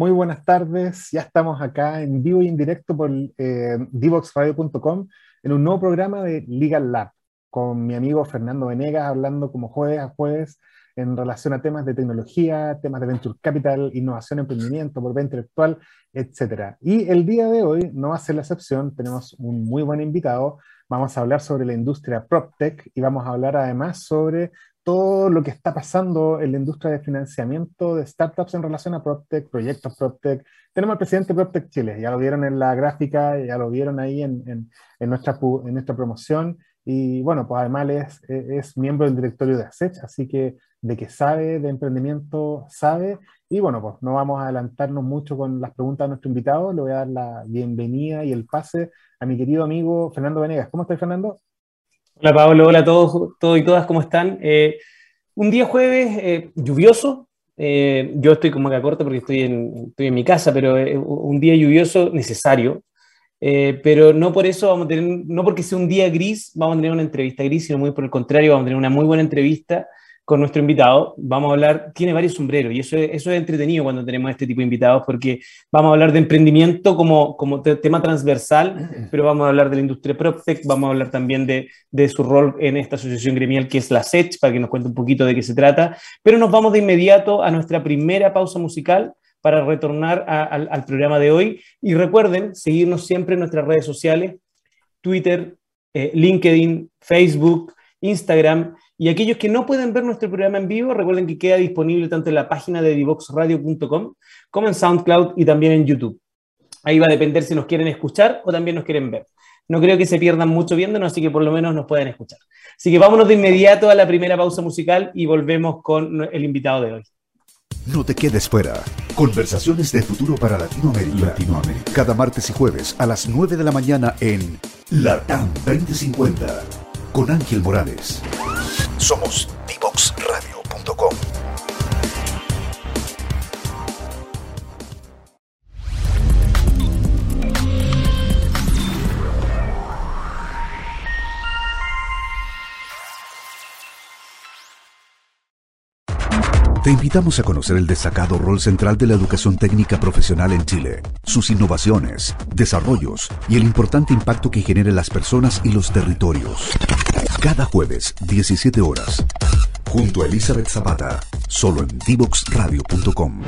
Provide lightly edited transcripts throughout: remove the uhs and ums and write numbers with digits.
Muy buenas tardes. Ya estamos acá en vivo y en directo por divoxradio.com en un nuevo programa de Legal Lab con mi amigo Fernando Venegas hablando como jueves a jueves en relación a temas de tecnología, temas de venture capital, innovación, emprendimiento, propiedad intelectual, etcétera. Y el día de hoy no va a ser la excepción. Tenemos un muy buen invitado. Vamos a hablar sobre la industria PropTech y vamos a hablar además sobre todo lo que está pasando en la industria de financiamiento de startups en relación a PropTech, proyectos PropTech. Tenemos al presidente de PropTech Chile, ya lo vieron en la gráfica, ya lo vieron ahí en nuestra promoción. Y bueno, pues además es miembro del directorio de ASECH, así que de que sabe de emprendimiento, sabe. Y bueno, pues no vamos a adelantarnos mucho con las preguntas de nuestro invitado. Le voy a dar la bienvenida y el pase a mi querido amigo Fernando Venegas. ¿Cómo estás, Fernando? Hola Pablo, hola a todos y todas, ¿cómo están? Un día jueves lluvioso, yo estoy como que a corto porque estoy en mi casa, pero un día lluvioso necesario, pero no por eso vamos a tener, no porque sea un día gris, vamos a tener una entrevista gris, sino muy por el contrario, vamos a tener una muy buena entrevista con nuestro invitado. Vamos a hablar, tiene varios sombreros y eso es entretenido cuando tenemos este tipo de invitados porque vamos a hablar de emprendimiento como tema transversal, pero vamos a hablar de la industria PropTech, vamos a hablar también de su rol en esta asociación gremial que es la SECH, para que nos cuente un poquito de qué se trata, pero nos vamos de inmediato a nuestra primera pausa musical para retornar al programa de hoy. Y recuerden seguirnos siempre en nuestras redes sociales, Twitter, LinkedIn, Facebook, Instagram. Y aquellos que no pueden ver nuestro programa en vivo, recuerden que queda disponible tanto en la página de divoxradio.com como en SoundCloud y también en YouTube. Ahí va a depender si nos quieren escuchar o también nos quieren ver. No creo que se pierdan mucho viéndonos, así que por lo menos nos pueden escuchar. Así que vámonos de inmediato a la primera pausa musical y volvemos con el invitado de hoy. No te quedes fuera. Conversaciones de futuro para Latinoamérica. Cada martes y jueves a las 9 de la mañana en LATAM 2050 con Ángel Morales. Somos divoxradio.com. Te invitamos a conocer el destacado rol central de la educación técnica profesional en Chile, sus innovaciones, desarrollos y el importante impacto que genera en las personas y los territorios. Cada jueves, 17 horas, junto a Elizabeth Zapata, solo en divoxradio.com.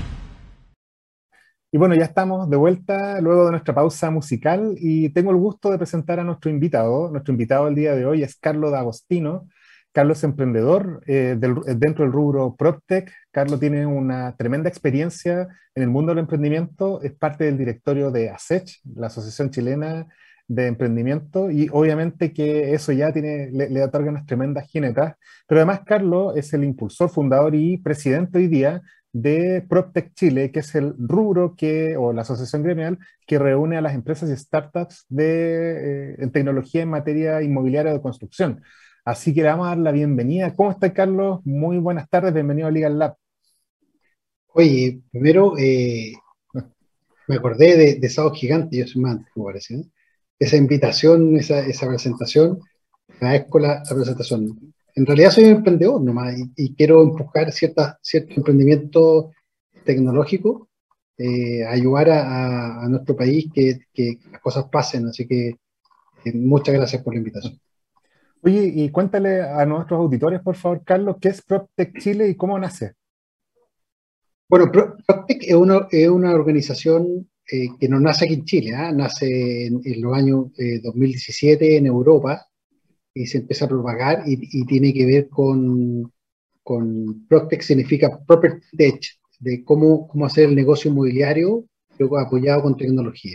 Y bueno, ya estamos de vuelta luego de nuestra pausa musical y tengo el gusto de presentar a nuestro invitado. Nuestro invitado el día de hoy es Carlos D'Agostino. Carlos es emprendedor dentro del rubro PropTech. Carlos tiene una tremenda experiencia en el mundo del emprendimiento, es parte del directorio de ASECH, la Asociación Chilena de Emprendimiento, y obviamente que eso ya le otorga unas tremendas jinetas. Pero además Carlos es el impulsor, fundador y presidente hoy día de PropTech Chile, que es el rubro o la asociación gremial que reúne a las empresas y startups en tecnología en materia inmobiliaria o de construcción. Así que le vamos a dar la bienvenida. ¿Cómo está, Carlos? Muy buenas tardes, bienvenido a Legal Lab. Oye, primero me acordé de Sábado Gigante, yo soy más antiguo, parece, ¿no? Esa invitación, esa presentación, agradezco la presentación. En realidad soy un emprendedor nomás y quiero empujar cierto emprendimiento tecnológico, ayudar a nuestro país que las cosas pasen, así que muchas gracias por la invitación. Oye, y cuéntale a nuestros auditores, por favor, Carlos, ¿qué es PropTech Chile y cómo nace? Bueno, PropTech es una organización que no nace aquí en Chile, ¿eh? Nace en los años 2017 en Europa y se empieza a propagar y tiene que ver con PropTech, significa Property Tech, de cómo hacer el negocio inmobiliario, luego apoyado con tecnología.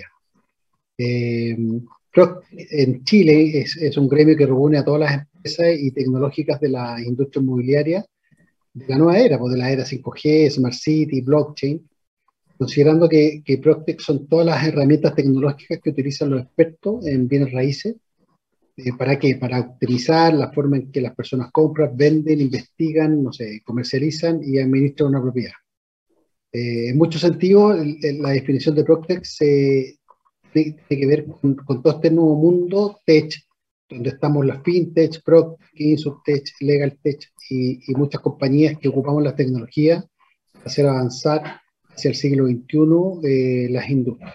En Chile es un gremio que reúne a todas las empresas y tecnológicas de la industria inmobiliaria de la nueva era, pues de la era 5G, Smart City, Blockchain, considerando que PropTech son todas las herramientas tecnológicas que utilizan los expertos en bienes raíces. ¿Para qué? Para optimizar la forma en que las personas compran, venden, investigan, no sé, comercializan y administran una propiedad. En muchos sentidos, la definición de PropTech tiene que ver con todo este nuevo mundo tech, donde estamos las fintech, PropTech, InsurTech, LegalTech y muchas compañías que ocupamos las tecnologías para hacer avanzar hacia el siglo XXI las industrias.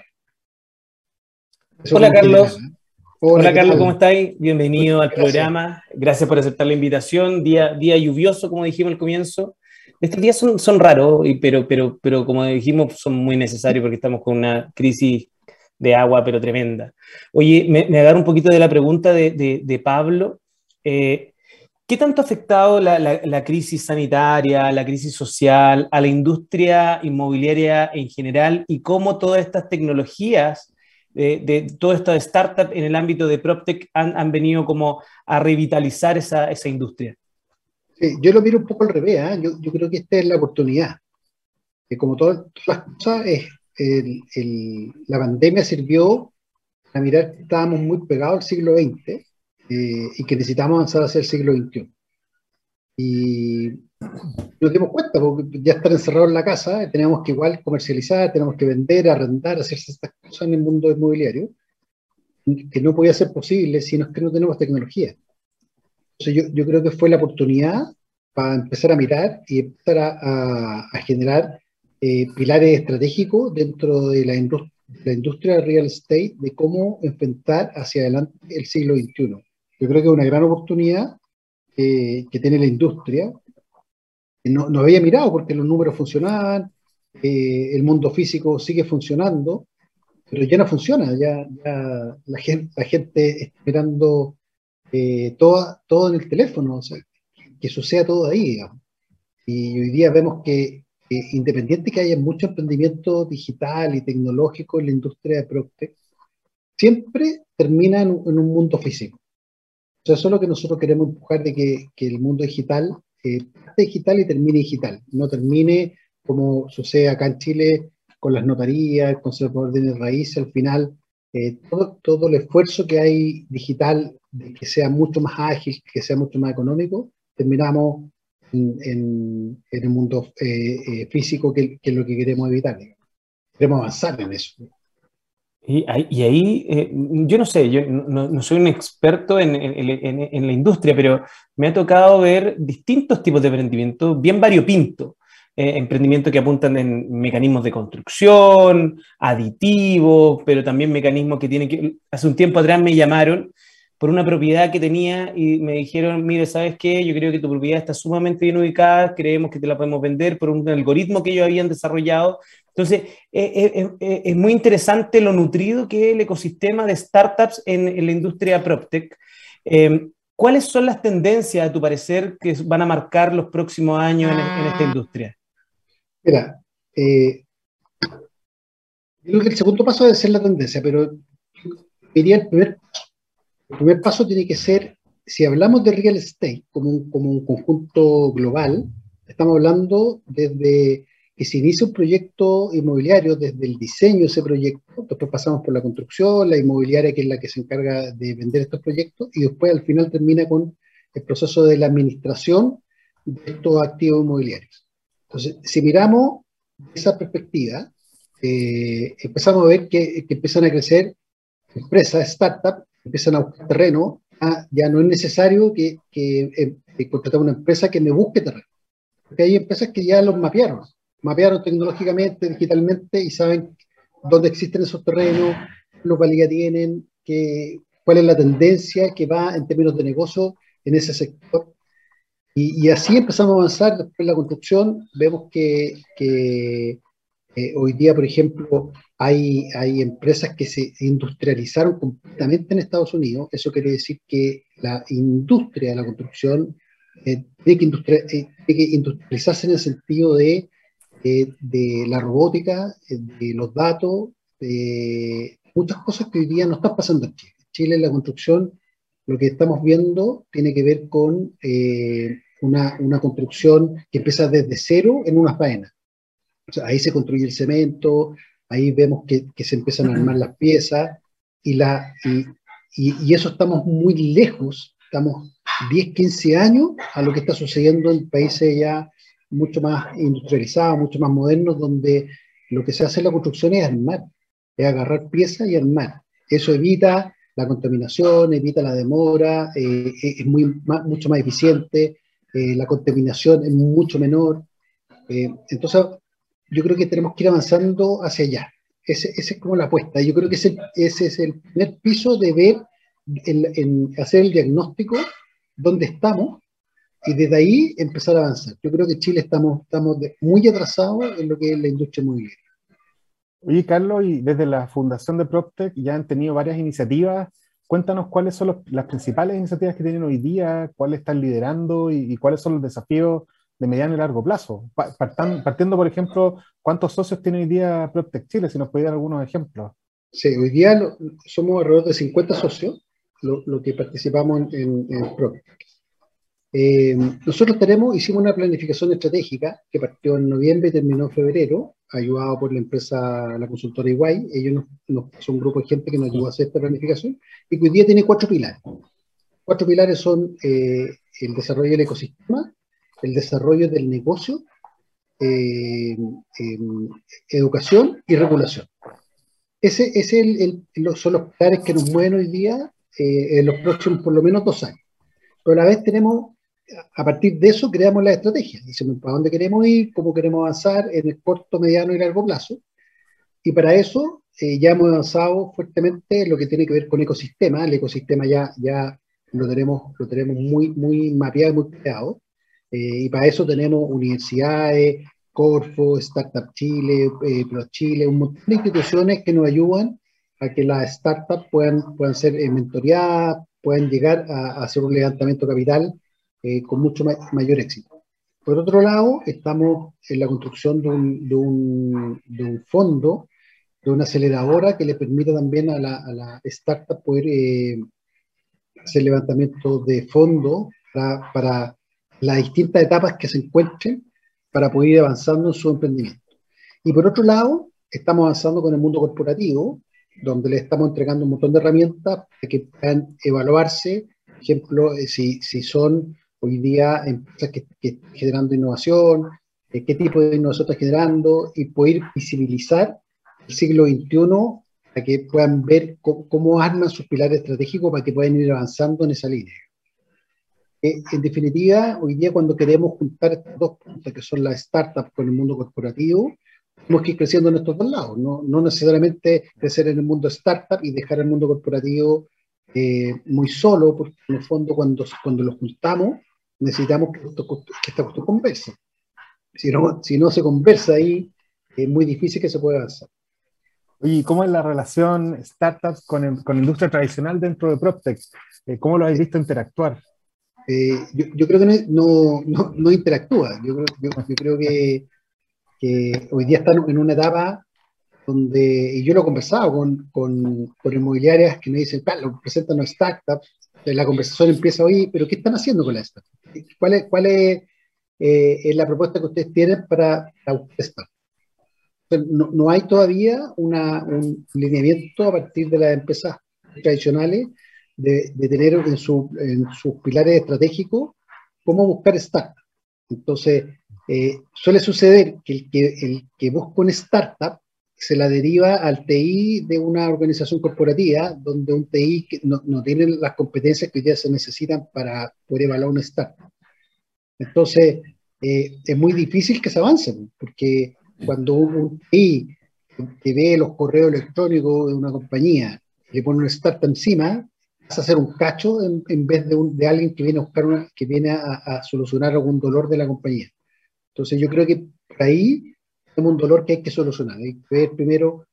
Eso Hola, como general, Carlos. ¿eh? Hola, ¿qué Carlos, ¿cómo tal? estáis? Muy Bienvenido bien, al gracias. programa. Gracias por aceptar la invitación. Día lluvioso, como dijimos al comienzo. Estos días son raros, pero como dijimos, son muy necesarios porque estamos con una crisis de agua, pero tremenda. Oye, me agarro un poquito de la pregunta de Pablo. Eh, ¿Qué tanto ha afectado la crisis sanitaria, la crisis social, a la industria inmobiliaria en general y cómo todas estas tecnologías, de todas estas startups en el ámbito de PropTech han venido como a revitalizar esa industria? Sí, yo lo miro un poco al revés, ¿eh? Yo creo que esta es la oportunidad. Que como todas las cosas, la pandemia sirvió a mirar que estábamos muy pegados al siglo XX y que necesitamos avanzar hacia el siglo XXI. Y nos dimos cuenta, porque ya estar encerrados en la casa, teníamos que igual comercializar, tenemos que vender, arrendar, hacer estas cosas en el mundo inmobiliario, que no podía ser posible si no es que no tenemos tecnología. Entonces yo creo que fue la oportunidad para empezar a mirar y empezar a generar pilares estratégicos dentro de la industria del real estate, de cómo enfrentar hacia adelante el siglo XXI. Yo creo que es una gran oportunidad que tiene la industria, que no había mirado porque los números funcionaban, el mundo físico sigue funcionando, pero ya no funciona, ya la gente está mirando todo en el teléfono, o sea, que suceda todo ahí, digamos. Y hoy día vemos que independiente que haya mucho emprendimiento digital y tecnológico en la industria de PropTech, siempre termina en un mundo físico. O sea, eso es lo que nosotros queremos empujar, de que el mundo digital parte digital y termine digital, no termine como sucede acá en Chile con las notarías, el conservador de bienes raíces, al final todo el esfuerzo que hay digital, de que sea mucho más ágil, que sea mucho más económico, terminamos en el mundo físico, que es lo que queremos evitar, digamos. Queremos avanzar en eso. Yo no sé, yo no soy un experto en la industria, pero me ha tocado ver distintos tipos de emprendimiento, bien variopinto. Emprendimientos que apuntan en mecanismos de construcción, aditivos, pero también mecanismos que tienen que... Hace un tiempo atrás me llamaron por una propiedad que tenía y me dijeron, mire, ¿sabes qué? Yo creo que tu propiedad está sumamente bien ubicada, creemos que te la podemos vender por un algoritmo que ellos habían desarrollado. Entonces, es muy interesante lo nutrido que es el ecosistema de startups en la industria PropTech. ¿Cuáles son las tendencias, a tu parecer, que van a marcar los próximos años en esta industria? Mira, yo creo que el segundo paso debe ser la tendencia, pero diría el primer paso tiene que ser, si hablamos de real estate como un conjunto global, estamos hablando desde que se inicia un proyecto inmobiliario, desde el diseño de ese proyecto, después pasamos por la construcción, la inmobiliaria, que es la que se encarga de vender estos proyectos, y después al final termina con el proceso de la administración de estos activos inmobiliarios. Entonces, si miramos esa perspectiva, empezamos a ver que empiezan a crecer empresas, startups, empiezan a buscar terreno. Ya no es necesario que contratar una empresa que me busque terreno, porque hay empresas que ya los mapearon tecnológicamente, digitalmente, y saben dónde existen esos terrenos, qué localidad tienen, cuál es la tendencia que va en términos de negocio en ese sector. Y así empezamos a avanzar. Después en la construcción vemos que hoy día, por ejemplo, hay empresas que se industrializaron completamente en Estados Unidos. Eso quiere decir que la industria de la construcción tiene que industrializarse en el sentido de la robótica, de los datos, de muchas cosas que hoy día no están pasando en Chile. En Chile, en la construcción, lo que estamos viendo tiene que ver con una construcción que empieza desde cero en una faena. O sea, ahí se construye el cemento, ahí vemos que se empiezan a armar las piezas, y eso estamos muy lejos, estamos 10, 15 años a lo que está sucediendo en países ya mucho más industrializados, mucho más modernos, donde lo que se hace en la construcción es armar, es agarrar piezas y armar. Eso evita la contaminación, evita la demora, es mucho más eficiente, la contaminación es mucho menor. Entonces, yo creo que tenemos que ir avanzando hacia allá. Esa es como la apuesta. Yo creo que ese es el primer piso de ver, en hacer el diagnóstico, dónde estamos, y desde ahí empezar a avanzar. Yo creo que Chile estamos muy atrasados en lo que es la industria inmobiliaria. Oye, Carlos, y desde la fundación de PropTech ya han tenido varias iniciativas. Cuéntanos cuáles son las principales iniciativas que tienen hoy día, cuáles están liderando y cuáles son los desafíos de mediano y largo plazo. Partiendo, por ejemplo, ¿cuántos socios tiene hoy día PropTech Chile? Si nos puede dar algunos ejemplos. Sí, hoy día somos alrededor de 50 socios, lo que participamos en PropTech. Nosotros hicimos una planificación estratégica que partió en noviembre y terminó en febrero, ayudado por la empresa, la consultora EY. Ellos son un grupo de gente que nos ayudó a hacer esta planificación, y que hoy día tiene 4 pilares. 4 pilares son el desarrollo del ecosistema, el desarrollo del negocio, educación y regulación. Son los pilares que nos mueven hoy día en los próximos por lo menos 2 años. Pero a la vez a partir de eso creamos la estrategia. Decimos para dónde queremos ir, cómo queremos avanzar en el corto, mediano y largo plazo. Y para eso ya hemos avanzado fuertemente en lo que tiene que ver con ecosistema. El ecosistema ya lo tenemos muy, muy mapeado y muy creado. Y para eso tenemos universidades, Corfo, Startup Chile, Pro Chile, un montón de instituciones que nos ayudan a que las startups puedan ser mentoreadas, puedan llegar a hacer un levantamiento de capital con mucho mayor éxito. Por otro lado, estamos en la construcción de un fondo, de una aceleradora que le permita también a la startup poder hacer levantamiento de fondos para las distintas etapas que se encuentren para poder ir avanzando en su emprendimiento. Y por otro lado, estamos avanzando con el mundo corporativo, donde le estamos entregando un montón de herramientas para que puedan evaluarse, por ejemplo, si son hoy día empresas que están generando innovación, qué tipo de innovación están generando, y poder visibilizar el siglo XXI para que puedan ver cómo arman sus pilares estratégicos para que puedan ir avanzando en esa línea. En definitiva, hoy día cuando queremos juntar estas dos puntas, que son las startups con el mundo corporativo, tenemos que ir creciendo en estos 2 lados, no necesariamente crecer en el mundo startup y dejar el mundo corporativo muy solo, porque en el fondo cuando los juntamos necesitamos que esta cuestión converse. Si no se conversa ahí, es muy difícil que se pueda avanzar. Oye, ¿cómo es la relación startups con industria tradicional dentro de PropTech? ¿Cómo lo habéis visto interactuar? Yo creo que no interactúa. Yo creo que hoy día están en una etapa donde, y yo lo he conversado con inmobiliarias que me dicen, claro, presentan una startup, la conversación empieza hoy, pero ¿qué están haciendo con la startup? ¿Cuál es la propuesta que ustedes tienen para ustedes? No hay todavía un lineamiento a partir de las empresas tradicionales de tener en sus pilares estratégicos cómo buscar startup. Entonces, suele suceder que el que busca una startup se la deriva al TI de una organización corporativa, donde un TI que no tiene las competencias que hoy día se necesitan para poder evaluar una startup. Entonces, es muy difícil que se avance, porque cuando un TI que ve los correos electrónicos de una compañía, le pone una startup encima, vas a hacer un cacho en vez de alguien que viene a buscar que viene a solucionar algún dolor de la compañía. Entonces yo creo que por ahí tenemos un dolor que hay que solucionar. Hay que ver primero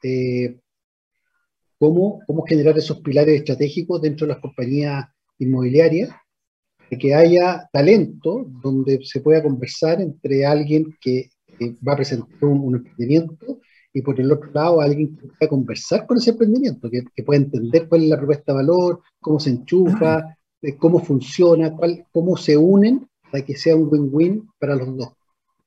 cómo generar esos pilares estratégicos dentro de las compañías inmobiliarias, de que haya talento donde se pueda conversar entre alguien que va a presentar un emprendimiento, y por el otro lado alguien que pueda conversar con ese emprendimiento, que pueda entender cuál es la propuesta de valor, cómo se enchufa, cómo funciona, cómo se unen para que sea un win-win para los dos.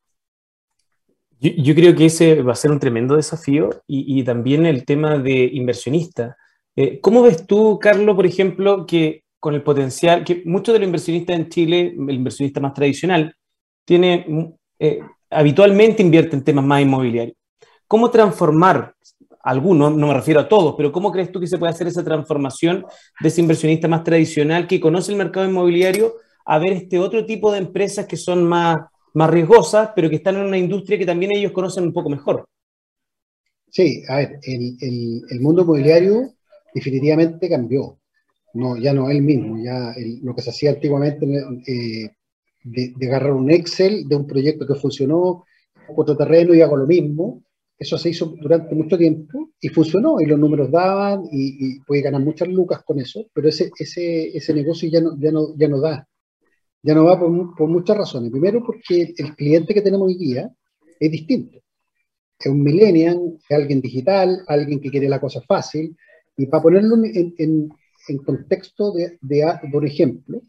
Yo creo que ese va a ser un tremendo desafío, y también el tema de inversionista. ¿Cómo ves tú, Carlos, por ejemplo, que con el potencial, que muchos de los inversionistas en Chile, el inversionista más tradicional, habitualmente invierte en temas más inmobiliarios? ¿Cómo transformar algunos, no me refiero a todos, pero cómo crees tú que se puede hacer esa transformación de ese inversionista más tradicional que conoce el mercado inmobiliario a ver este otro tipo de empresas que son más más riesgosas, pero que están en una industria que también ellos conocen un poco mejor. Sí, a ver, el mundo inmobiliario definitivamente cambió. No, ya no es el mismo. Ya lo que se hacía antiguamente de agarrar un Excel de un proyecto que funcionó, otro terreno y hago lo mismo. Eso se hizo durante mucho tiempo y funcionó, y los números daban y puede ganar muchas lucas con eso, pero ese negocio ya no da. Ya no va por muchas razones. Primero, porque el cliente que tenemos hoy día es distinto. Es un millennial, es alguien digital, alguien que quiere la cosa fácil. Y para ponerlo en contexto por ejemplo,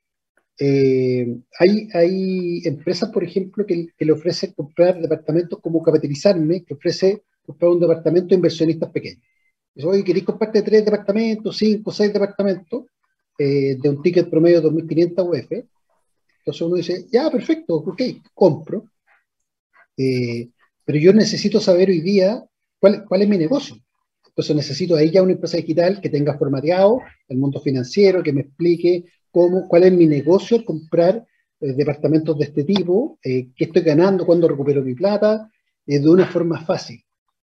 hay empresas, por ejemplo, que le ofrecen comprar departamentos como Capitalizarme, que ofrece comprar un departamento a inversionistas pequeños. Dice, oye, ¿queréis comprarte 3 departamentos, 5, 6 departamentos de un ticket promedio de 2.500 UF? Entonces uno dice, ya, perfecto, ok, compro. Pero yo necesito saber hoy día cuál es mi negocio. Entonces necesito ahí ya una empresa digital que tenga formateado el mundo financiero, que me explique cuál es mi negocio al comprar departamentos de este tipo, qué estoy ganando, cuándo recupero mi plata, de una forma fácil.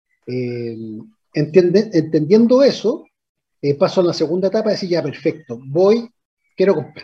Entendiendo eso, paso a la segunda etapa, decir, ya, perfecto, quiero comprar.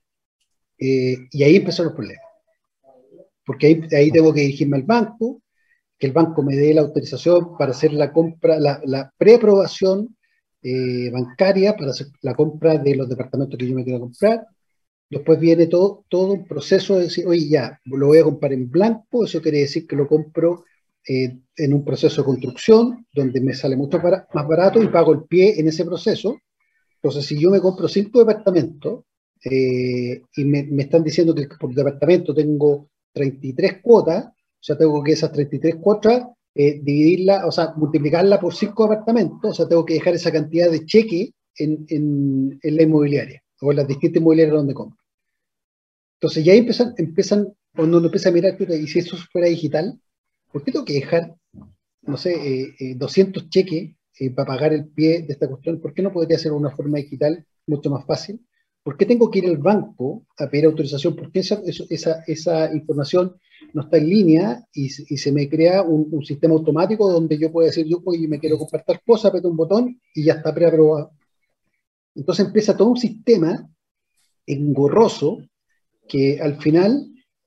Y ahí empezaron los problemas. Porque ahí tengo que dirigirme al banco, que el banco me dé la autorización para hacer la compra, la preaprobación bancaria para hacer la compra de los departamentos que yo me quiero comprar. Después viene todo un proceso de decir, oye, ya, lo voy a comprar en blanco, eso quiere decir que lo compro en un proceso de construcción, donde me sale mucho más barato y pago el pie en ese proceso. Entonces, si yo me compro 5 departamentos y me están diciendo que por departamento tengo 33 cuotas, o sea, tengo que esas 33 cuotas dividirla, o sea, multiplicarla por 5 departamentos, o sea, tengo que dejar esa cantidad de cheque en la inmobiliaria o en las distintas inmobiliarias donde compro. Entonces ya ahí empiezan cuando uno empieza a mirar, y si eso fuera digital, ¿por qué tengo que dejar, no sé, 200 cheques para pagar el pie de esta cuestión? ¿Por qué no podría ser una forma digital mucho más fácil? ¿Por qué tengo que ir al banco a pedir autorización? ¿Por qué esa información no está en línea y se me crea un sistema automático donde yo puedo decir, yo me quiero comprar tal cosa, aprieto un botón y ya está preaprobado? Entonces empieza todo un sistema engorroso que al final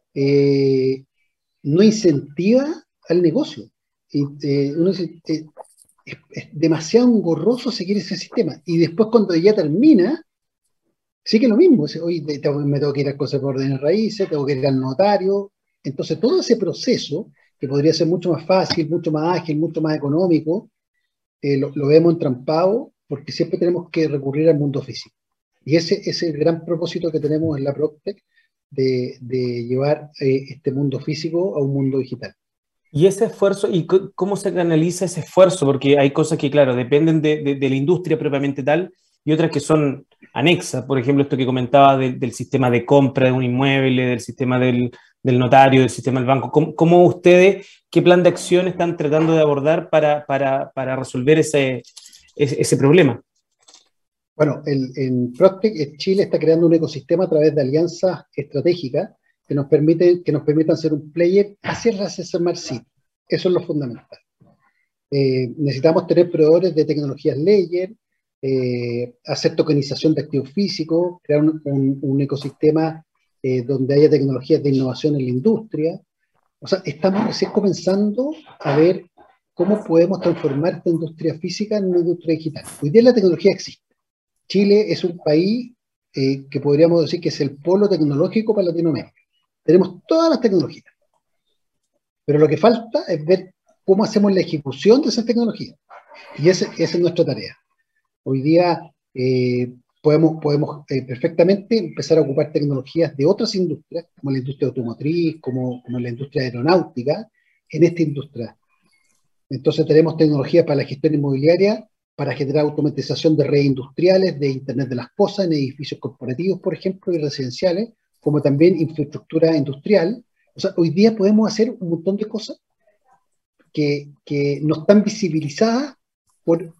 no incentiva al negocio. Y, uno dice, es demasiado engorroso seguir ese sistema. Y después cuando ya termina, sigue lo mismo. Hoy me tengo que ir al Consejo de Órdenes Raíces, tengo que ir al notario. Entonces todo ese proceso, que podría ser mucho más fácil, mucho más ágil, mucho más económico, lo vemos entrampado porque siempre tenemos que recurrir al mundo físico. Y ese es el gran propósito que tenemos en la PropTech, de llevar este mundo físico a un mundo digital. Y ese esfuerzo, ¿y cómo se canaliza ese esfuerzo? Porque hay cosas que, claro, dependen de la industria propiamente tal y otras que son anexas. Por ejemplo, esto que comentaba del sistema de compra de un inmueble, del sistema del notario, del sistema del banco. ¿Cómo ustedes, qué plan de acción están tratando de abordar para resolver ese problema? Bueno, en PropTech Chile está creando un ecosistema a través de alianzas estratégicas que nos permitan ser un player hacia las Smart City. Eso es lo fundamental. Necesitamos tener proveedores de tecnologías layer, hacer tokenización de activos físicos, crear un ecosistema donde haya tecnologías de innovación en la industria. O sea, estamos recién comenzando a ver cómo podemos transformar esta industria física en una industria digital. Hoy día la tecnología existe. Chile es un país que podríamos decir que es el polo tecnológico para Latinoamérica. Tenemos todas las tecnologías, pero lo que falta es ver cómo hacemos la ejecución de esas tecnologías. Y esa es nuestra tarea. Hoy día podemos perfectamente empezar a ocupar tecnologías de otras industrias, como la industria automotriz, como la industria aeronáutica, en esta industria. Entonces tenemos tecnologías para la gestión inmobiliaria, para generar automatización de redes industriales, de Internet de las cosas, en edificios corporativos, por ejemplo, y residenciales, como también infraestructura industrial. O sea, hoy día podemos hacer un montón de cosas que no están visibilizadas por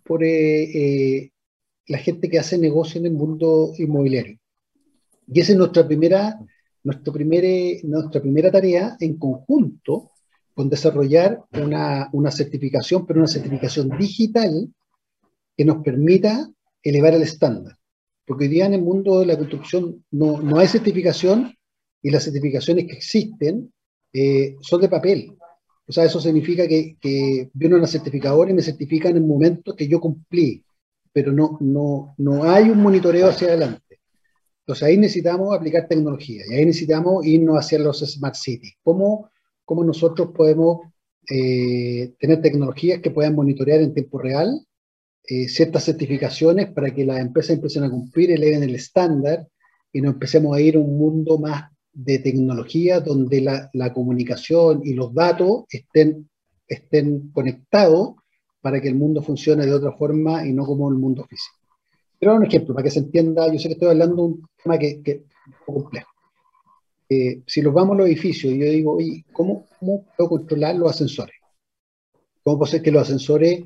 la gente que hace negocio en el mundo inmobiliario. Y esa es nuestra primera nuestra primera tarea en conjunto con desarrollar una certificación, pero una certificación digital que nos permita elevar el estándar. Porque hoy día en el mundo de la construcción no hay certificación, y las certificaciones que existen son de papel. O sea, eso significa que viene una certificadora y me certifica en el momento que yo cumplí, pero no hay un monitoreo hacia adelante. Entonces ahí necesitamos aplicar tecnología y ahí necesitamos irnos hacia los Smart Cities. ¿Cómo nosotros podemos tener tecnologías que puedan monitorear en tiempo real ciertas certificaciones para que las empresas empiecen a cumplir, eleven el estándar y nos empecemos a ir a un mundo más de tecnología donde la comunicación y los datos estén conectados para que el mundo funcione de otra forma y no como el mundo físico? Pero un ejemplo, para que se entienda, yo sé que estoy hablando de un tema que es un poco complejo. Si nos vamos a los edificios, yo digo, oye, ¿cómo puedo controlar los ascensores? ¿Cómo puedo hacer que los ascensores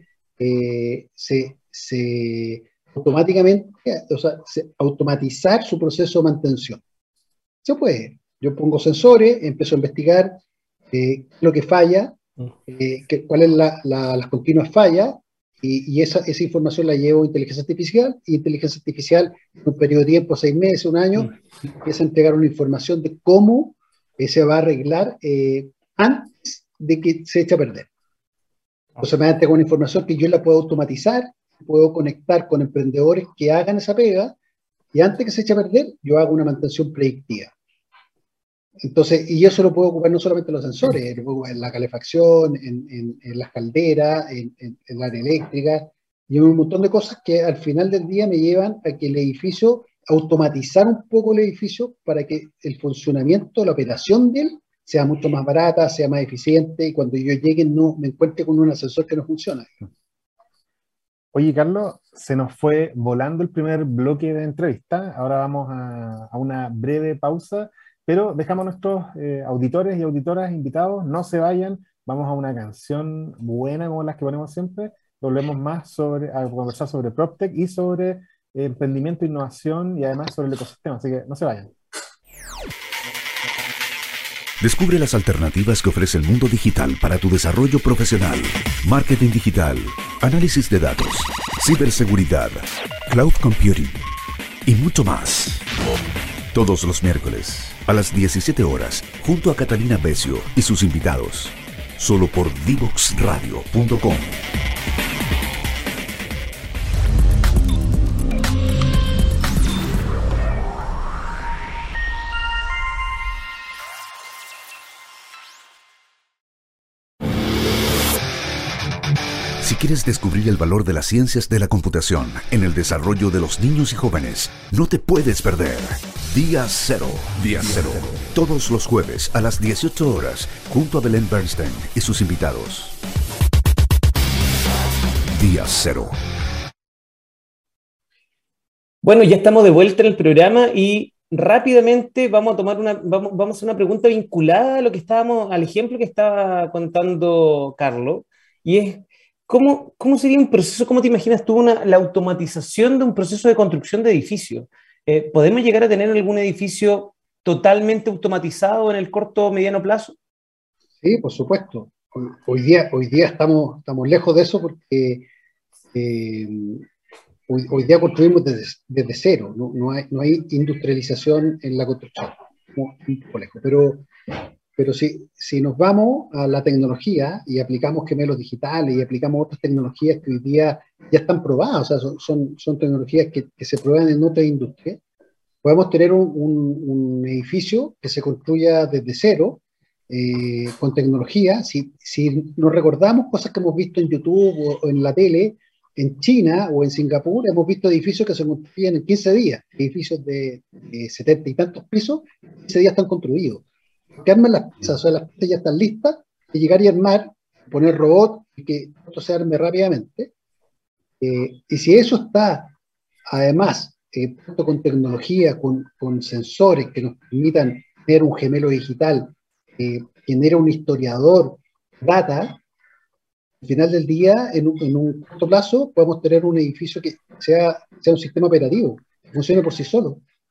automáticamente, o sea, automatizar su proceso de mantención? Se puede. Yo pongo sensores, empiezo a investigar lo que falla, cuáles las continuas fallas, y esa información la llevo a inteligencia artificial, y inteligencia artificial en un periodo de tiempo, 6 meses, un año, empieza a entregar una información de cómo se va a arreglar antes de que se eche a perder. Entonces me va a entregar una información que yo la puedo automatizar, puedo conectar con emprendedores que hagan esa pega, y antes que se eche a perder, yo hago una mantención predictiva. Entonces, y eso lo puedo ocupar no solamente en los sensores, lo puedo ocupar en la calefacción, en las calderas, en la área eléctrica, y en un montón de cosas que al final del día me llevan a que el edificio, automatizar un poco el edificio para que el funcionamiento, la operación de él, sea mucho más barata, sea más eficiente, y cuando yo llegue no me encuentre con un ascensor que no funciona. Oye, Carlos, se nos fue volando el primer bloque de entrevista. Ahora vamos a una breve pausa, pero dejamos a nuestros auditores y auditoras invitados, no se vayan, vamos a una canción buena como las que ponemos siempre, volvemos más a conversar sobre PropTech y sobre emprendimiento, innovación y además sobre el ecosistema, así que no se vayan. Descubre las alternativas que ofrece el mundo digital para tu desarrollo profesional. Marketing digital, análisis de datos, ciberseguridad, cloud computing y mucho más. Todos los miércoles a las 17 horas, junto a Catalina Becio y sus invitados. Solo por divoxradio.com. Si quieres descubrir el valor de las ciencias de la computación en el desarrollo de los niños y jóvenes, no te puedes perder Día Cero. Día Cero. Todos los jueves a las 18 horas, junto a Belén Bernstein y sus invitados. Día Cero. Bueno, ya estamos de vuelta en el programa y rápidamente vamos a hacer una pregunta vinculada a al ejemplo que estaba contando Carlos, y es ¿cómo sería un proceso, cómo te imaginas tú la automatización de un proceso de construcción de edificios? ¿Podemos llegar a tener algún edificio totalmente automatizado en el corto o mediano plazo? Sí, por supuesto. Hoy día estamos lejos de eso porque hoy día construimos desde cero. No hay industrialización en la construcción. Estamos un poco lejos. Pero si nos vamos a la tecnología y aplicamos gemelos digitales y aplicamos otras tecnologías que hoy día ya están probadas, o sea, son tecnologías que se prueban en otras industrias, podemos tener un edificio que se construya desde cero, con tecnología. Si nos recordamos cosas que hemos visto en YouTube o en la tele, en China o en Singapur, hemos visto edificios que se construyen en 15 días, edificios de 70 y tantos pisos, 15 días están construidos. Que arman las piezas, o sea, las piezas ya están listas, de llegar y armar, poner robot y que esto se arme rápidamente. Y si eso está, además, puesto con tecnología, con sensores que nos permitan tener un gemelo digital, genera un historiador, data, al final del día, en un corto plazo, podemos tener un edificio que sea un sistema operativo, que funcione por sí solo.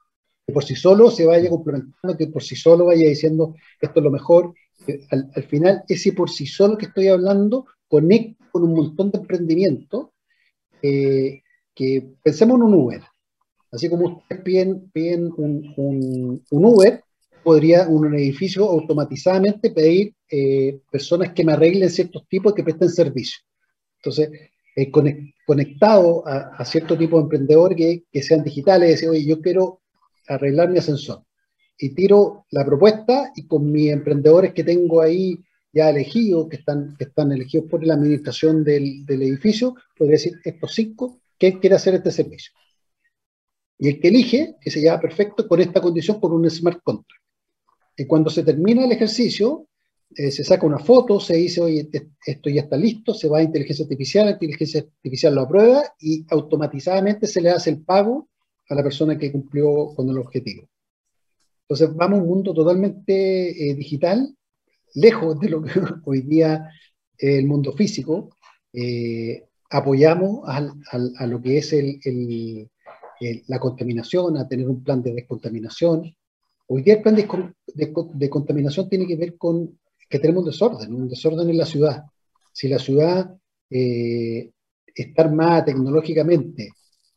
que por sí solo se vaya complementando, que por sí solo vaya diciendo esto es lo mejor. Al final, ese por sí solo que estoy hablando conecta con un montón de emprendimientos que pensemos en un Uber. Así como ustedes piden un Uber, podría un edificio automatizadamente pedir personas que me arreglen ciertos tipos y que presten servicio. Entonces, conectado a cierto tipo de emprendedores que sean digitales, decir, oye, yo quiero arreglar mi ascensor. Y tiro la propuesta y con mis emprendedores que tengo ahí ya elegidos, que están elegidos por la administración del edificio, podría decir, estos 5, ¿quién quiere hacer este servicio? Y el que elige, que se llama perfecto, con esta condición, con un smart contract. Y cuando se termina el ejercicio, se saca una foto, se dice, oye, esto ya está listo, se va a inteligencia artificial lo aprueba y automatizadamente se le hace el pago a la persona que cumplió con el objetivo. Entonces vamos a un mundo totalmente digital, lejos de lo que hoy día es el mundo físico. Apoyamos a lo que es la contaminación, a tener un plan de descontaminación. Hoy día el plan de contaminación tiene que ver con que tenemos un desorden en la ciudad. Si la ciudad está armada tecnológicamente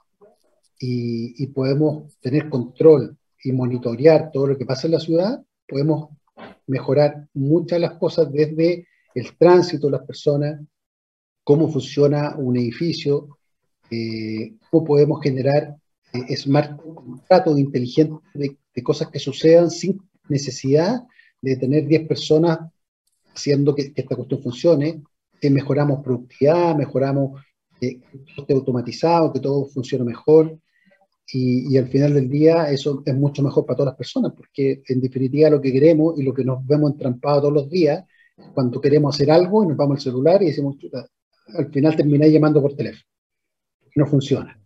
y podemos tener control y monitorear todo lo que pasa en la ciudad, podemos mejorar muchas de las cosas desde el tránsito de las personas, cómo funciona un edificio, cómo podemos generar smart contratos inteligentes de cosas que sucedan sin necesidad de tener 10 personas haciendo que esta cuestión funcione, que mejoramos productividad, mejoramos que todo esté automatizado, que todo funcione mejor, y al final del día eso es mucho mejor para todas las personas, porque en definitiva lo que queremos y lo que nos vemos entrampados todos los días, cuando queremos hacer algo y nos vamos al celular y decimos, al final termináis llamando por teléfono, no funciona.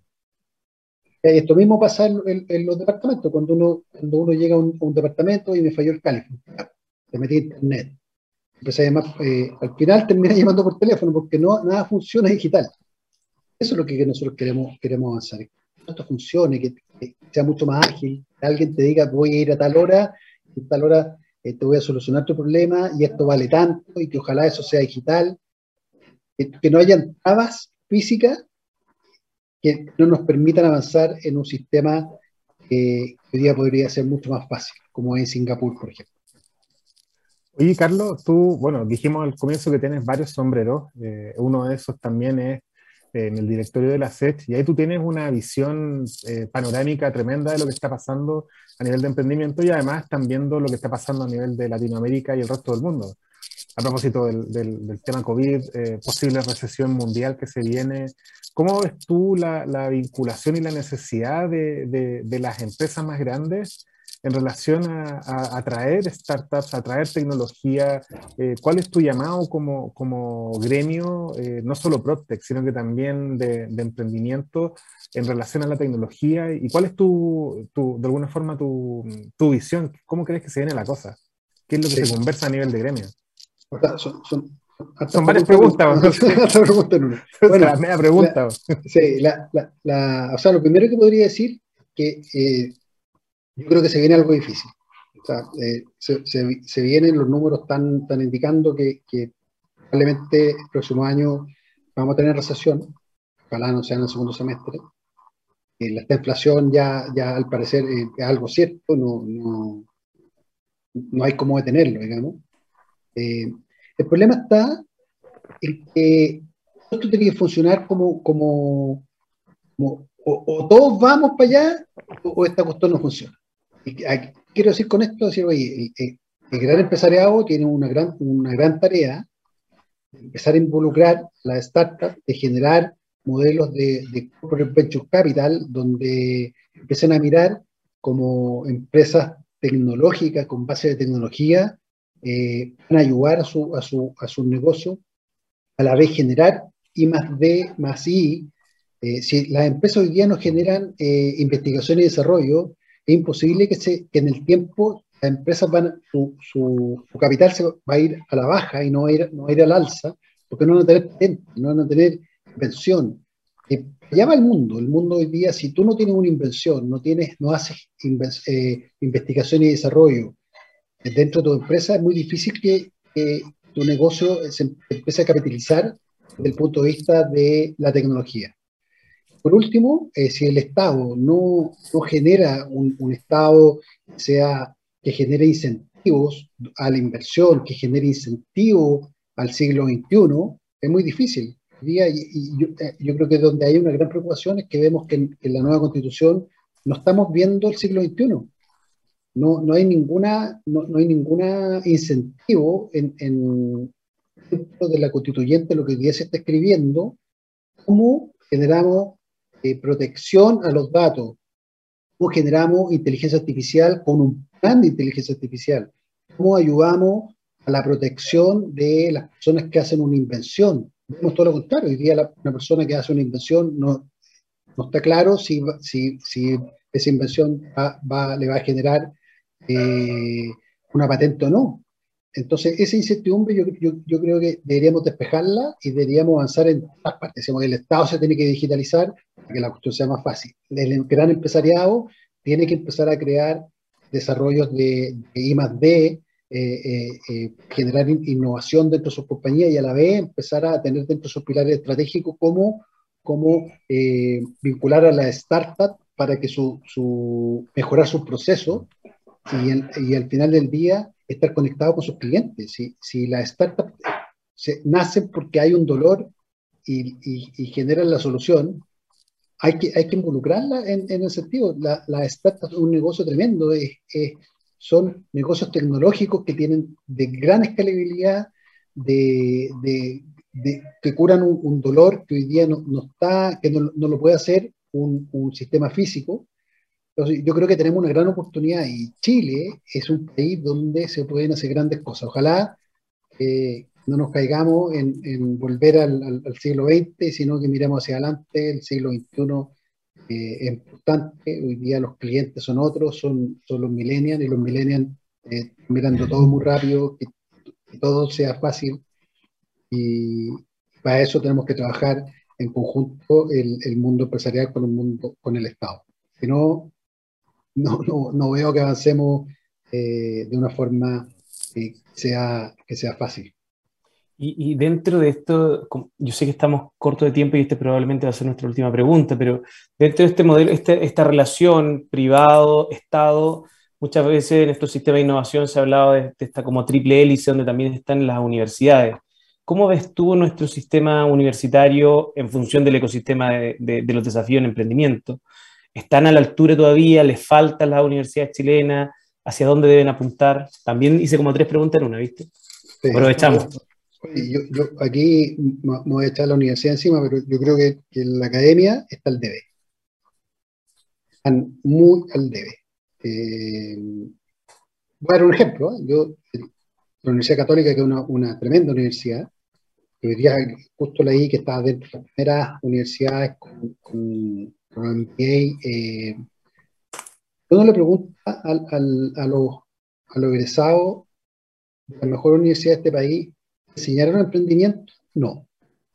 Esto mismo pasa en los departamentos, cuando uno llega a un departamento y me falló el califón, te metí a internet, empecé a llamar, al final terminé llamando por teléfono porque nada funciona digital. Eso es lo que nosotros queremos avanzar, que esto funcione, que sea mucho más ágil, que alguien te diga voy a ir a tal hora, te voy a solucionar tu problema y esto vale tanto y que ojalá eso sea digital, que no hayan trabas físicas que no nos permitan avanzar en un sistema que hoy día podría ser mucho más fácil, como en Singapur, por ejemplo. Oye, Carlos, tú, bueno, dijimos al comienzo que tienes varios sombreros, uno de esos también es en el directorio de la SET, y ahí tú tienes una visión panorámica tremenda de lo que está pasando a nivel de emprendimiento y además están viendo lo que está pasando a nivel de Latinoamérica y el resto del mundo. A propósito del tema COVID, posible recesión mundial que se viene, ¿cómo ves tú la vinculación y la necesidad de las empresas más grandes en relación a atraer startups, a atraer tecnología? ¿Cuál es tu llamado como gremio, no solo PropTech, sino que también de emprendimiento en relación a la tecnología? ¿Y cuál es de alguna forma, tu visión? ¿Cómo crees que se viene la cosa? ¿Qué es lo que se conversa a nivel de gremio? O sea, son varias preguntas. Bueno, la media pregunta. Sí, o sea, lo primero que podría decir que yo creo que se viene algo difícil. O sea, se vienen los números están indicando que probablemente el próximo año vamos a tener recesión, ojalá no sea en el segundo semestre. Esta inflación ya al parecer es algo cierto, no hay cómo detenerlo, digamos. El problema está en que esto tiene que funcionar como o todos vamos para allá o esta cuestión no funciona. Quiero decir con esto, decir, oye, el gran empresariado tiene una gran tarea de empezar a involucrar las startups, de generar modelos de corporate venture capital, donde empiecen a mirar como empresas tecnológicas con base de tecnología, van a ayudar a su negocio, a la vez generar I más D más I. Si las empresas hoy día no generan investigación y desarrollo, es imposible que en el tiempo las empresas su capital se va a ir a la baja y no va a ir al alza, porque no van a tener patentes, no van a tener invención. allá va el mundo. El mundo hoy día, si tú no tienes una invención, no haces investigación y desarrollo dentro de tu empresa, es muy difícil que tu negocio se empiece a capitalizar desde el punto de vista de la tecnología. Por último, si el Estado no genera un Estado que genere incentivos a la inversión, que genere incentivos al siglo XXI, es muy difícil. Yo creo que donde hay una gran preocupación es que vemos que en la nueva Constitución no estamos viendo el siglo XXI. No hay ninguna incentivo dentro de la constituyente, lo que hoy día se está escribiendo, cómo generamos protección a los datos, cómo generamos inteligencia artificial con un plan de inteligencia artificial, cómo ayudamos a la protección de las personas que hacen una invención. Vemos todo lo contrario. Hoy día una persona que hace una invención no está claro si esa invención le va a generar una patente o no. Entonces, esa incertidumbre yo creo que deberíamos despejarla y deberíamos avanzar en todas partes. Decimos que el Estado se tiene que digitalizar para que la cuestión sea más fácil. El gran empresariado tiene que empezar a crear desarrollos de I+D, generar innovación dentro de sus compañías y a la vez empezar a tener dentro de sus pilares estratégicos cómo vincular a la startup para que mejorar sus procesos y al final del día estar conectado con sus clientes. Si las startups nacen porque hay un dolor y generan la solución, hay que involucrarla en el sentido. La startup es un negocio tremendo, son negocios tecnológicos que tienen de gran escalabilidad, que curan un dolor que hoy día que no lo puede hacer un sistema físico. Entonces, yo creo que tenemos una gran oportunidad y Chile es un país donde se pueden hacer grandes cosas. Ojalá no nos caigamos en volver al siglo XX, sino que miremos hacia adelante. El siglo XXI es importante. Hoy día los clientes son otros, son los millennials, y los millennials mirando todo muy rápido, que todo sea fácil. Y para eso tenemos que trabajar en conjunto el mundo empresarial con el Estado. Si no veo que avancemos de una forma que sea fácil. Y dentro de esto, yo sé que estamos cortos de tiempo y este probablemente va a ser nuestra última pregunta, pero dentro de este modelo, esta relación privado-Estado, muchas veces en estos sistemas de innovación se ha hablado de esta como triple hélice donde también están las universidades. ¿Cómo ves tú nuestro sistema universitario en función del ecosistema de los desafíos en emprendimiento? ¿Están a la altura todavía? ¿Les faltan las universidades chilenas? ¿Hacia dónde deben apuntar? También hice como 3 preguntas en una, ¿viste? Sí. Aprovechamos. Yo aquí me voy a echar la universidad encima, pero yo creo que en la academia está al debe. Están muy al debe. Voy a dar un ejemplo. La Universidad Católica, que es una tremenda universidad, que hoy día justo leí que estaba dentro de las primeras universidades con MBA. Uno le pregunta a los egresados de la mejor universidad de este país, ¿enseñaron emprendimiento? No.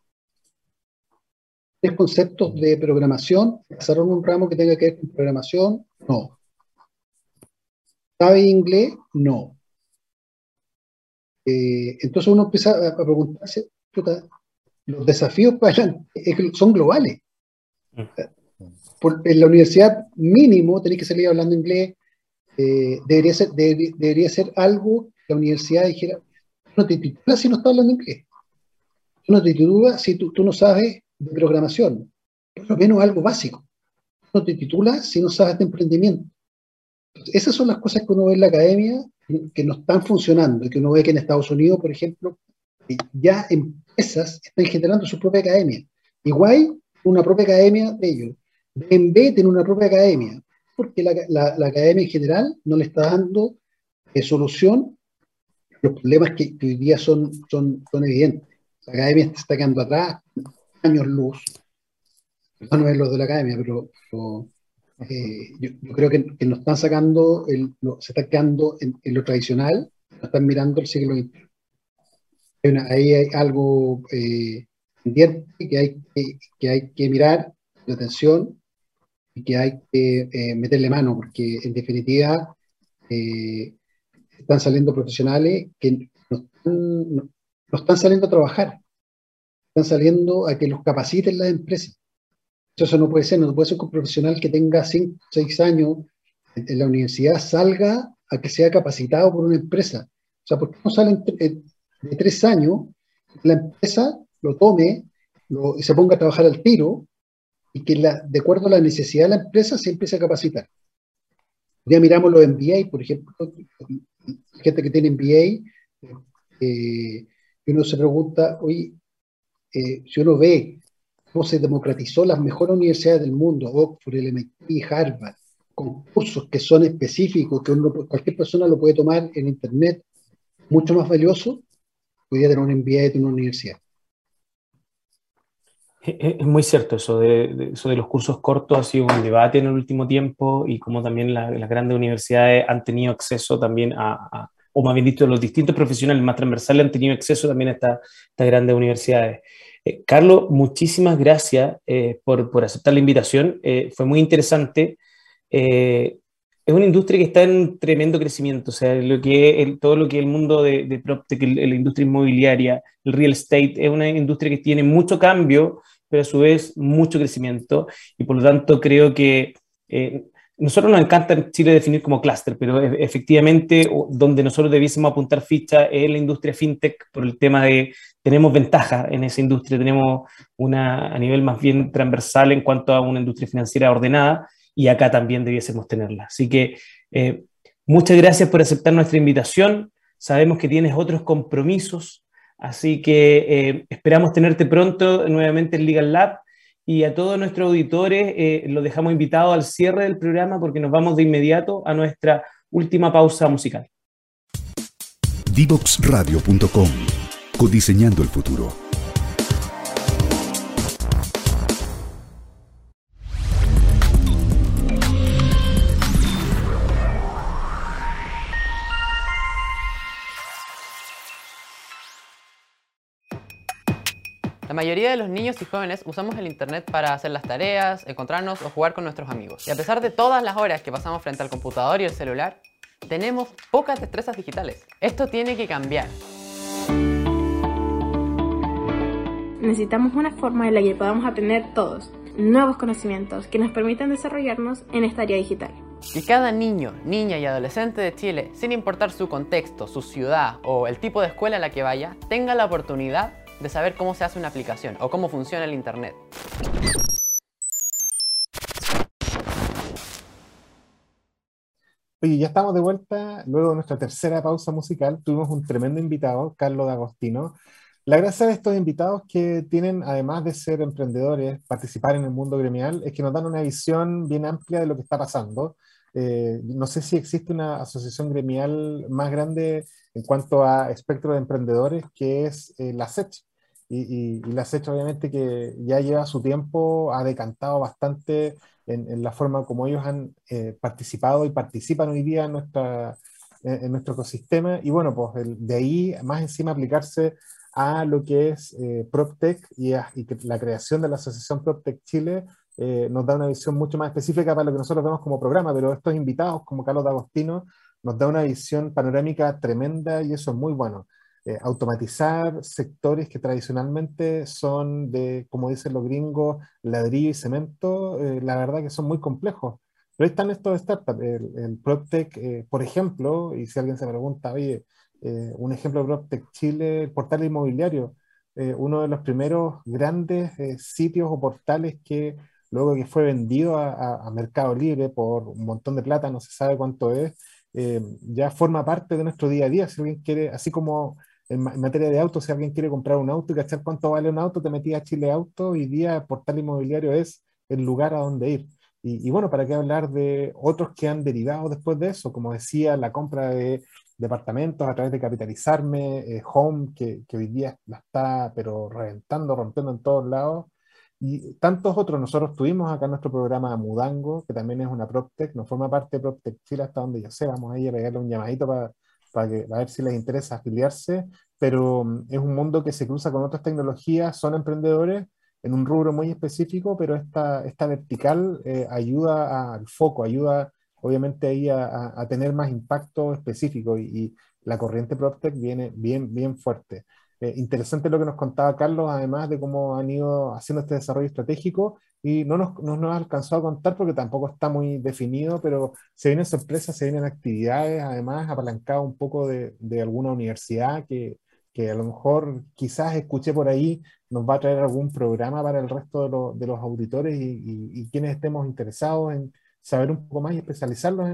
¿Tres conceptos de programación? ¿Pasaron un ramo que tenga que ver con programación? No. ¿Sabe inglés? No. Entonces uno empieza a preguntarse, los desafíos son globales. En la universidad mínimo tenéis que salir hablando inglés. Debería ser algo que la universidad dijera, no te titulas si no estás hablando inglés. Tú no te titulas si tú no sabes de programación. Por lo menos algo básico. No te titulas si no sabes de emprendimiento. Entonces, esas son las cosas que uno ve en la academia que no están funcionando y que uno ve que en Estados Unidos, por ejemplo, ya empresas están generando su propia academia. Igual, una propia academia de ellos. BMW tiene una propia academia, porque la academia en general no le está dando solución a los problemas que hoy día son evidentes. La academia se está quedando atrás, años luz. No es los de la academia, pero yo creo que nos están sacando, se está quedando en lo tradicional, nos están mirando el siglo XX. Ahí hay algo pendiente que hay que mirar de atención y que hay que meterle mano, porque en definitiva están saliendo profesionales que no están saliendo a trabajar, están saliendo a que los capaciten las empresas. Eso no puede ser, no puede ser que un profesional que tenga 5 o 6 años en la universidad salga a que sea capacitado por una empresa. O sea, ¿por qué no salen de 3 años, la empresa lo tome y se ponga a trabajar al tiro y que de acuerdo a la necesidad de la empresa se empiece a capacitar? Ya miramos los MBA, por ejemplo, gente que tiene MBA, y uno se pregunta, oye, si uno ve cómo se democratizó las mejores universidades del mundo, Oxford, el MIT, Harvard, con cursos que son específicos, que cualquier persona lo puede tomar en Internet, mucho más valioso, podría tener un MBA de una universidad. Es muy cierto eso eso de los cursos cortos. Ha sido un debate en el último tiempo, y como también las grandes universidades han tenido acceso también o más bien dicho, los distintos profesionales más transversales han tenido acceso también a estas grandes universidades. Carlos, muchísimas gracias por aceptar la invitación. Fue muy interesante. Es una industria que está en tremendo crecimiento. O sea, todo lo que es el mundo de PropTech, la industria inmobiliaria, el real estate, es una industria que tiene mucho cambio, pero a su vez mucho crecimiento, y por lo tanto creo que nosotros nos encanta en Chile definir como clúster, pero efectivamente donde nosotros debiésemos apuntar ficha es en la industria fintech, por el tema de tenemos ventaja en esa industria, tenemos a nivel más bien transversal en cuanto a una industria financiera ordenada, y acá también debiésemos tenerla. Así que muchas gracias por aceptar nuestra invitación. Sabemos que tienes otros compromisos, así que esperamos tenerte pronto nuevamente en Legal Lab, y a todos nuestros auditores los dejamos invitados al cierre del programa, porque nos vamos de inmediato a nuestra última pausa musical. Divoxradio.com, codiseñando el futuro. La mayoría de los niños y jóvenes usamos el internet para hacer las tareas, encontrarnos o jugar con nuestros amigos. Y a pesar de todas las horas que pasamos frente al computador y el celular, tenemos pocas destrezas digitales. Esto tiene que cambiar. Necesitamos una forma en la que podamos aprender todos nuevos conocimientos que nos permitan desarrollarnos en esta área digital. Que cada niño, niña y adolescente de Chile, sin importar su contexto, su ciudad o el tipo de escuela a la que vaya, tenga la oportunidad de saber cómo se hace una aplicación o cómo funciona el internet. Oye, ya estamos de vuelta luego de nuestra tercera pausa musical. Tuvimos un tremendo invitado, Carlos D'Agostino. La gracia de estos invitados que tienen, además de ser emprendedores, participar en el mundo gremial, es que nos dan una visión bien amplia de lo que está pasando. No sé si existe una asociación gremial más grande en cuanto a espectro de emprendedores, que es la SECH. Y la SECH, obviamente, que ya lleva su tiempo, ha decantado bastante en la forma como ellos han participado y participan hoy día en nuestro ecosistema. Y bueno, pues de ahí más encima aplicarse a lo que es PropTech y que la creación de la Asociación PropTech Chile nos da una visión mucho más específica para lo que nosotros vemos como programa, pero estos invitados como Carlos D'Agostino nos da una visión panorámica tremenda, y eso es muy bueno. Automatizar sectores que tradicionalmente son de, como dicen los gringos, ladrillo y cemento, la verdad que son muy complejos. Pero ahí están estos startups, el PropTech, por ejemplo, y si alguien se pregunta, oye, un ejemplo de PropTech Chile, el portal inmobiliario, uno de los primeros grandes sitios o portales que luego que fue vendido a Mercado Libre por un montón de plata, no se sabe cuánto es, ya forma parte de nuestro día a día. Si alguien quiere, así como en materia de autos, si alguien quiere comprar un auto y cachar cuánto vale un auto, te metías a Chile Auto. Hoy día portal inmobiliario es el lugar a donde ir. Y bueno, ¿para qué hablar de otros que han derivado después de eso? Como decía, la compra de departamentos a través de Capitalizarme, Home, que hoy día la está pero reventando, rompiendo en todos lados, y tantos otros. Nosotros tuvimos acá nuestro programa Mudango, que también es una PropTech, no forma parte de PropTech Chile hasta donde yo sé. Vamos a ir a pegarle un llamadito para ver si les interesa afiliarse, pero es un mundo que se cruza con otras tecnologías, son emprendedores, en un rubro muy específico, pero esta vertical ayuda al foco, ayuda obviamente ahí a tener más impacto específico y la corriente PropTech viene bien fuerte. Interesante lo que nos contaba Carlos, además de cómo han ido haciendo este desarrollo estratégico y no nos alcanzó a contar porque tampoco está muy definido, pero se vienen sorpresas, se vienen actividades, además apalancado un poco de alguna universidad que a lo mejor quizás escuché por ahí, nos va a traer algún programa para el resto de los auditores y quienes estemos interesados en saber un poco más y especializarnos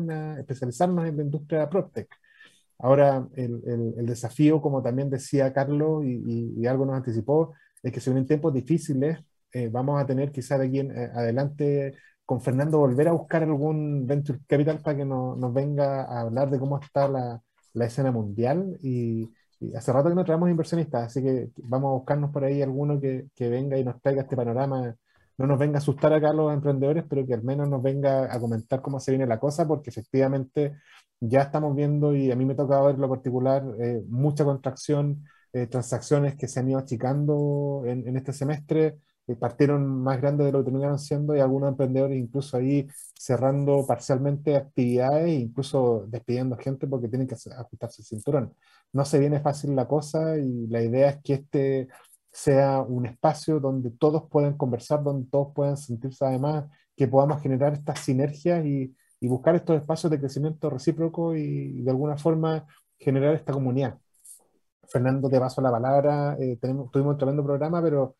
en la industria PropTech. Ahora, el desafío, como también decía Carlos y algo nos anticipó, es que se vienen tiempos difíciles. Vamos a tener quizás de aquí en adelante con Fernando volver a buscar algún venture capital para que nos venga a hablar de cómo está la escena mundial. Y hace rato que no traemos inversionistas, así que vamos a buscarnos por ahí alguno que venga y nos traiga este panorama. No nos venga a asustar acá a los emprendedores, pero que al menos nos venga a comentar cómo se viene la cosa, porque efectivamente ya estamos viendo, y a mí me toca ver lo particular, mucha contracción, transacciones que se han ido achicando en este semestre, partieron más grandes de lo que terminaron siendo, y algunos emprendedores incluso ahí cerrando parcialmente actividades, e incluso despidiendo gente porque tienen que ajustarse el cinturón. No se viene fácil la cosa, y la idea es que este sea un espacio donde todos puedan conversar, donde todos puedan sentirse, además que podamos generar estas sinergias y buscar estos espacios de crecimiento recíproco y de alguna forma generar esta comunidad. Fernando, te paso la palabra. Tuvimos un tremendo programa, pero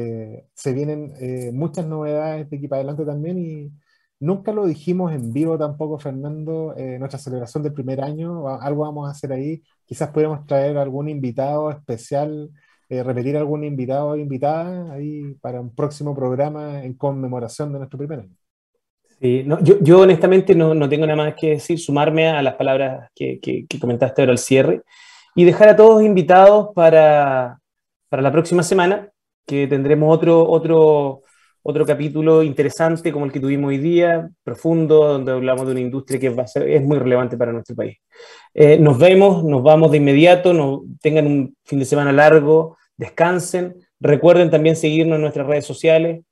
se vienen muchas novedades de aquí para adelante también, y nunca lo dijimos en vivo tampoco, Fernando, nuestra celebración del primer año, algo vamos a hacer ahí. Quizás podemos traer algún invitado especial, repetir algún invitado o invitada ahí para un próximo programa en conmemoración de nuestro primer año. Sí, no, yo honestamente no tengo nada más que decir, sumarme a las palabras que comentaste ahora al cierre y dejar a todos invitados para la próxima semana, que tendremos otro capítulo interesante como el que tuvimos hoy día, profundo, donde hablamos de una industria que es muy relevante para nuestro país. Nos vamos de inmediato, tengan un fin de semana largo, descansen, recuerden también seguirnos en nuestras redes sociales,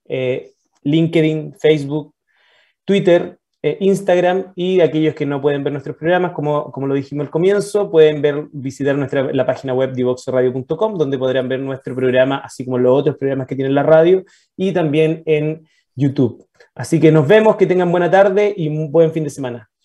LinkedIn, Facebook, Twitter, Instagram, y aquellos que no pueden ver nuestros programas, como lo dijimos al comienzo, pueden visitar la página web divoxradio.com, donde podrán ver nuestro programa, así como los otros programas que tiene la radio, y también en YouTube. Así que nos vemos, que tengan buena tarde y un buen fin de semana.